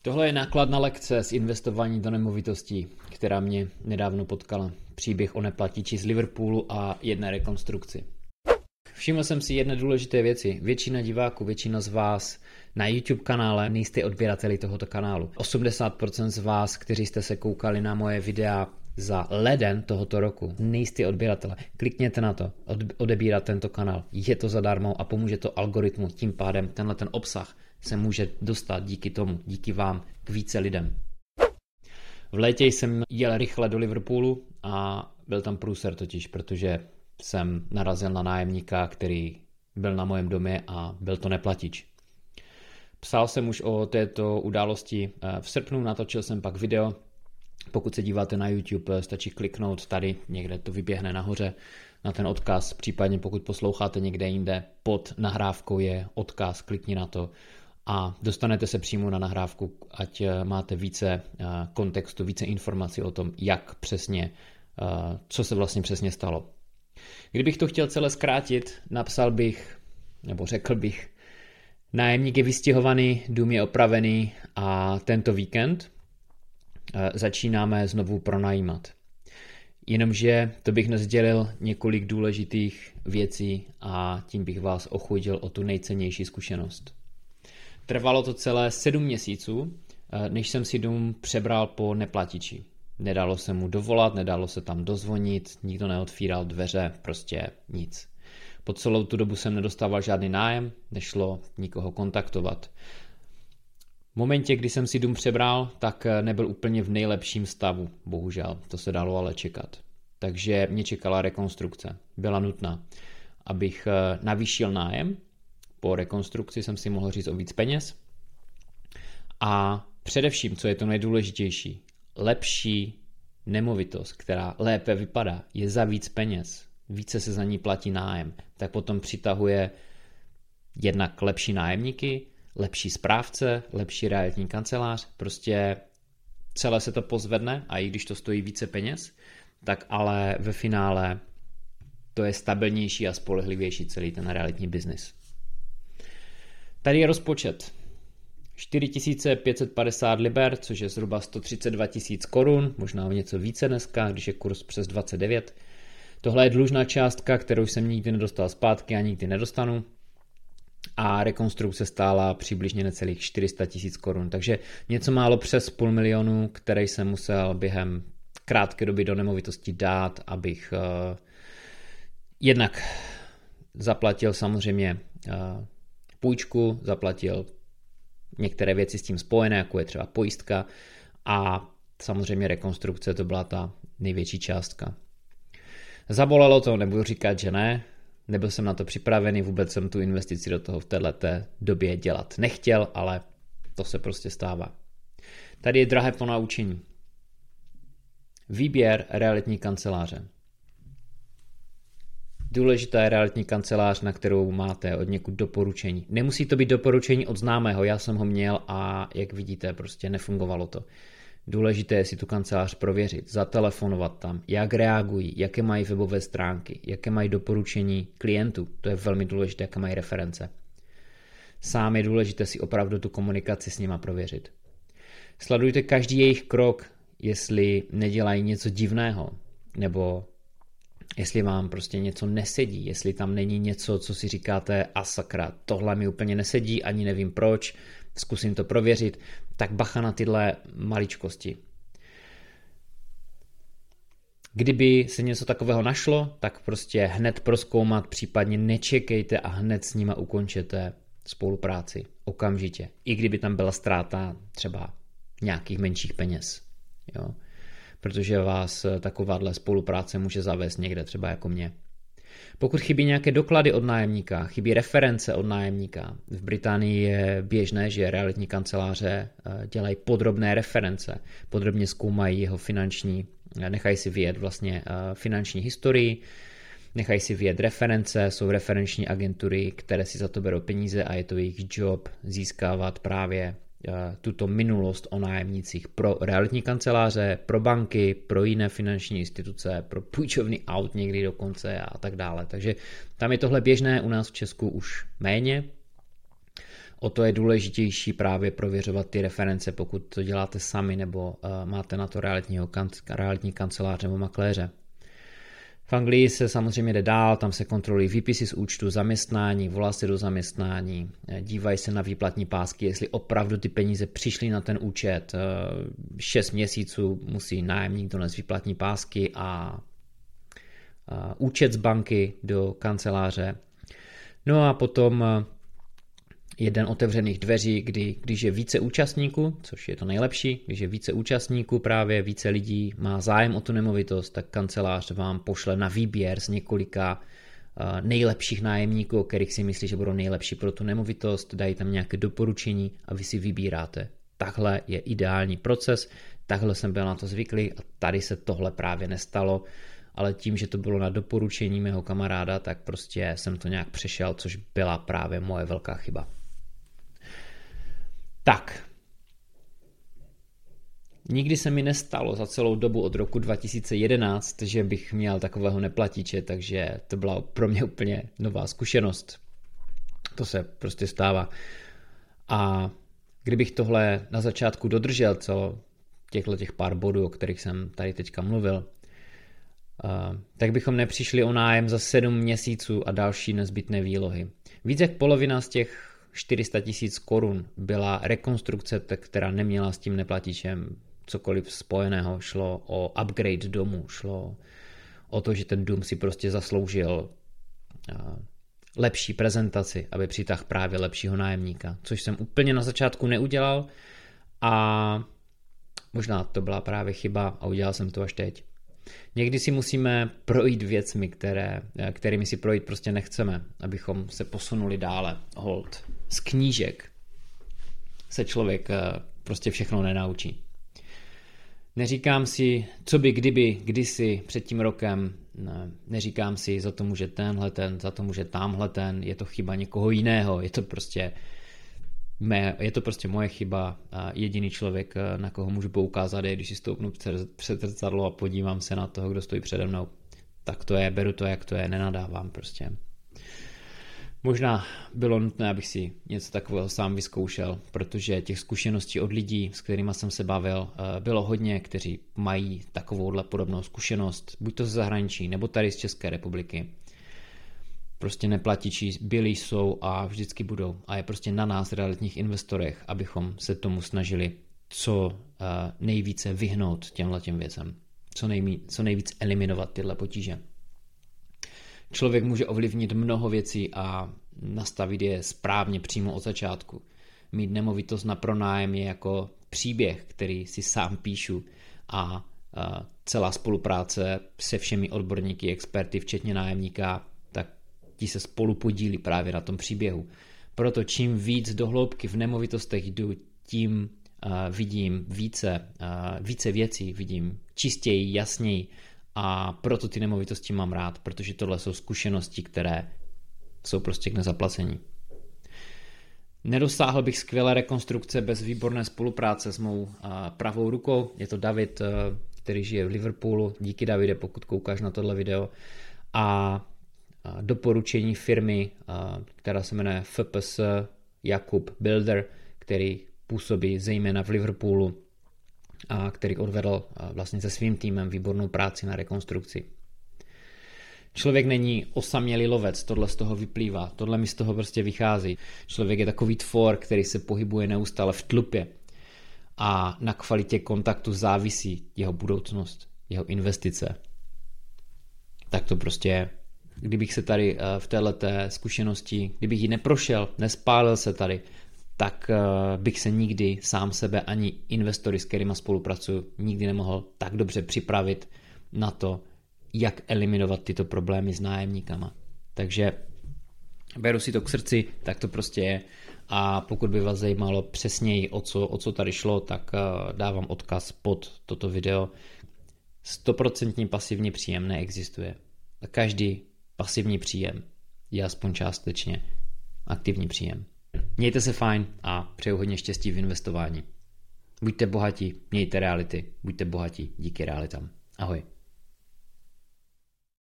Tohle je nákladná lekce z investování do nemovitostí, která mě nedávno potkala. Příběh o neplatiči z Liverpoolu a jedné rekonstrukci. Všiml jsem si jedné důležité věci. Většina diváků, většina z vás na YouTube kanále nejste odběrateli tohoto kanálu. 80% z vás, kteří jste se koukali na moje videa za leden tohoto roku, nejste odběratele. Klikněte na to, odebírat tento kanál. Je to zadarmo a pomůže to algoritmu. Tím pádem ten obsah se může dostat díky tomu, díky vám k více lidem. V létě jsem jel rychle do Liverpoolu a byl tam průser totiž, protože jsem narazil na nájemníka, který byl na mém domě a byl to neplatič. Psal jsem už o této události v srpnu, natočil jsem pak video. Pokud se díváte na YouTube, stačí kliknout tady, někde to vyběhne nahoře na ten odkaz, případně pokud posloucháte někde jinde, pod nahrávkou je odkaz, klikni na to a dostanete se přímo na nahrávku, ať máte více kontextu, více informací o tom, jak přesně, co se vlastně přesně stalo. Kdybych to chtěl celé zkrátit, napsal bych, nebo řekl bych, nájemník je vystěhovaný, dům je opravený a tento víkend začínáme znovu pronajímat. Jenomže to bych nesdělil několik důležitých věcí a tím bych vás ochudil o tu nejcennější zkušenost. Trvalo to celé 7 měsíců, než jsem si dům přebral po neplatiči. Nedalo se mu dovolat, nedalo se tam dozvonit, nikdo neotvíral dveře, prostě nic. Po celou tu dobu jsem nedostával žádný nájem, nešlo nikoho kontaktovat. V momentě, kdy jsem si dům přebral, tak nebyl úplně v nejlepším stavu, bohužel, to se dalo ale čekat. Takže mě čekala rekonstrukce, byla nutná. Abych navýšil nájem, po rekonstrukci jsem si mohl říct o víc peněz a především, co je to nejdůležitější, lepší nemovitost, která lépe vypadá, je za víc peněz, více se za ní platí nájem, tak potom přitahuje jednak lepší nájemníky, lepší správce, lepší realitní kancelář, prostě celé se to pozvedne a i když to stojí více peněz, tak ale ve finále to je stabilnější a spolehlivější celý ten realitní biznis. Tady je rozpočet. 4550 liber, což je zhruba 132 000 korun, možná o něco více dneska, když je kurz přes 29. Tohle je dlužná částka, kterou jsem nikdy nedostal zpátky a nikdy nedostanu. A rekonstrukce stála přibližně necelých 400 000 korun, takže něco málo přes 500 000, který jsem musel během krátké doby do nemovitosti dát, abych jednak zaplatil samozřejmě půjčku, zaplatil některé věci s tím spojené, jako je třeba pojistka a samozřejmě rekonstrukce, to byla ta největší částka. Zabolelo to, nebudu říkat, že ne, nebyl jsem na to připravený, vůbec jsem tu investici do toho v této době dělat nechtěl, ale to se prostě stává. Tady je drahé ponaučení. Výběr realitní kanceláře. Důležitá je realitní kancelář, na kterou máte od někud doporučení. Nemusí to být doporučení od známého, já jsem ho měl a jak vidíte, prostě nefungovalo to. Důležité je si tu kancelář prověřit, zatelefonovat tam, jak reagují, jaké mají webové stránky, jaké mají doporučení klientů, to je velmi důležité, jaké mají reference. Sám je důležité si opravdu tu komunikaci s nima prověřit. Sledujte každý jejich krok, jestli nedělají něco divného, nebo jestli vám prostě něco nesedí, jestli tam není něco, co si říkáte a sakra, tohle mi úplně nesedí, ani nevím proč, zkusím to prověřit, tak bacha na tyhle maličkosti. Kdyby se něco takového našlo, tak prostě hned prozkoumat, případně nečekejte a hned s nima ukončete spolupráci okamžitě. I kdyby tam byla ztráta třeba nějakých menších peněz. Jo? Protože vás takováhle spolupráce může zavést někde, třeba jako mě. Pokud chybí nějaké doklady od nájemníka, chybí reference od nájemníka, v Británii je běžné, že realitní kanceláře dělají podrobné reference, podrobně zkoumají jeho nechají si vyjet vlastně finanční historii, nechají si vyjet reference, jsou referenční agentury, které si za to berou peníze a je to jejich job získávat právě tuto minulost o nájemnících pro realitní kanceláře, pro banky, pro jiné finanční instituce, pro půjčovny aut někdy dokonce a tak dále. Takže tam je tohle běžné, u nás v Česku už méně. O to je důležitější právě prověřovat ty reference, pokud to děláte sami nebo máte na to realitní kancelář nebo makléře. V Anglii se samozřejmě jde dál, tam se kontrolují výpisy z účtu, zaměstnání, volá se do zaměstnání, dívají se na výplatní pásky, jestli opravdu ty peníze přišly na ten účet. 6 měsíců musí nájemník donést výplatní pásky a účet z banky do kanceláře. No a potom je den otevřených dveří, když je více účastníků, což je to nejlepší, když je více účastníků, právě více lidí má zájem o tu nemovitost, tak kancelář vám pošle na výběr z několika nejlepších nájemníků, o kterých si myslí, že budou nejlepší pro tu nemovitost, dají tam nějaké doporučení a vy si vybíráte. Takhle je ideální proces, takhle jsem byl na to zvyklý a tady se tohle právě nestalo, ale tím, že to bylo na doporučení mého kamaráda, tak prostě jsem to nějak přešel, což byla právě moje velká chyba. Tak, nikdy se mi nestalo za celou dobu od roku 2011, že bych měl takového neplatiče, takže to byla pro mě úplně nová zkušenost. To se prostě stává. A kdybych tohle na začátku dodržel, těch pár bodů, o kterých jsem tady teďka mluvil, tak bychom nepřišli o nájem za 7 měsíců a další nezbytné výlohy. Víc jak polovina z těch 400 000 korun byla rekonstrukce, která neměla s tím neplatičem cokoliv spojeného. Šlo o upgrade domu, šlo o to, že ten dům si prostě zasloužil lepší prezentaci, aby přitáhl právě lepšího nájemníka, což jsem úplně na začátku neudělal a možná to byla právě chyba a udělal jsem to až teď. Někdy si musíme projít věcmi, kterými si projít prostě nechceme, abychom se posunuli dále. Hold. Z knížek se člověk prostě všechno nenaučí. Neříkám si, co by kdysi před tím rokem, neříkám si, za to může tenhle ten, za to může tamhle ten, je to chyba někoho jiného, je to prostě moje chyba a jediný člověk, na koho můžu poukázat, je, když si stoupnu před zrcadlo a podívám se na toho, kdo stojí přede mnou. Tak to je, beru to, jak to je, nenadávám prostě. Možná bylo nutné, abych si něco takového sám vyzkoušel, protože těch zkušeností od lidí, s kterými jsem se bavil, bylo hodně, kteří mají takovouhle podobnou zkušenost, buď to z zahraničí, nebo tady z České republiky. Prostě neplatiči byli, jsou a vždycky budou. A je prostě na nás, realitních investorech, abychom se tomu snažili co nejvíce vyhnout těmhletěm věcem. Co nejvíc eliminovat tyhle potíže. Člověk může ovlivnit mnoho věcí a nastavit je správně přímo od začátku. Mít nemovitost na pronájem je jako příběh, který si sám píšu a celá spolupráce se všemi odborníky, experty, včetně nájemníka, tak ti se spolu podílí právě na tom příběhu. Proto čím víc do hloubky v nemovitostech jdu, tím vidím více věcí, vidím čistěji, jasněji a proto ty nemovitosti mám rád, protože tohle jsou zkušenosti, které jsou prostě k nezaplacení. Nedosáhl bych skvělé rekonstrukce bez výborné spolupráce s mou pravou rukou. Je to David, který žije v Liverpoolu. Díky, Davide, pokud koukáš na tohle video. A doporučení firmy, která se jmenuje FPS Jakub Builder, který působí zejména v Liverpoolu a který odvedl vlastně se svým týmem výbornou práci na rekonstrukci. Člověk není osamělý lovec, tohle z toho vyplývá, tohle mi z toho prostě vychází. Člověk je takový tvor, který se pohybuje neustále v tlupě a na kvalitě kontaktu závisí jeho budoucnost, jeho investice. Tak to prostě je. Kdybych se tady v téhleté zkušenosti, kdybych ji neprošel, nespálil se tady, tak bych se nikdy sám sebe ani investory, s kterými spolupracuju, nikdy nemohl tak dobře připravit na to, jak eliminovat tyto problémy s nájemníkama. Takže beru si to k srdci, tak to prostě je. A pokud by vás zajímalo přesněji, o co tady šlo, tak dávám odkaz pod toto video. 100% pasivní příjem neexistuje. Každý pasivní příjem je aspoň částečně aktivní příjem. Mějte se fajn a přeju hodně štěstí v investování. Buďte bohatí, mějte reality, buďte bohatí díky realitám. Ahoj.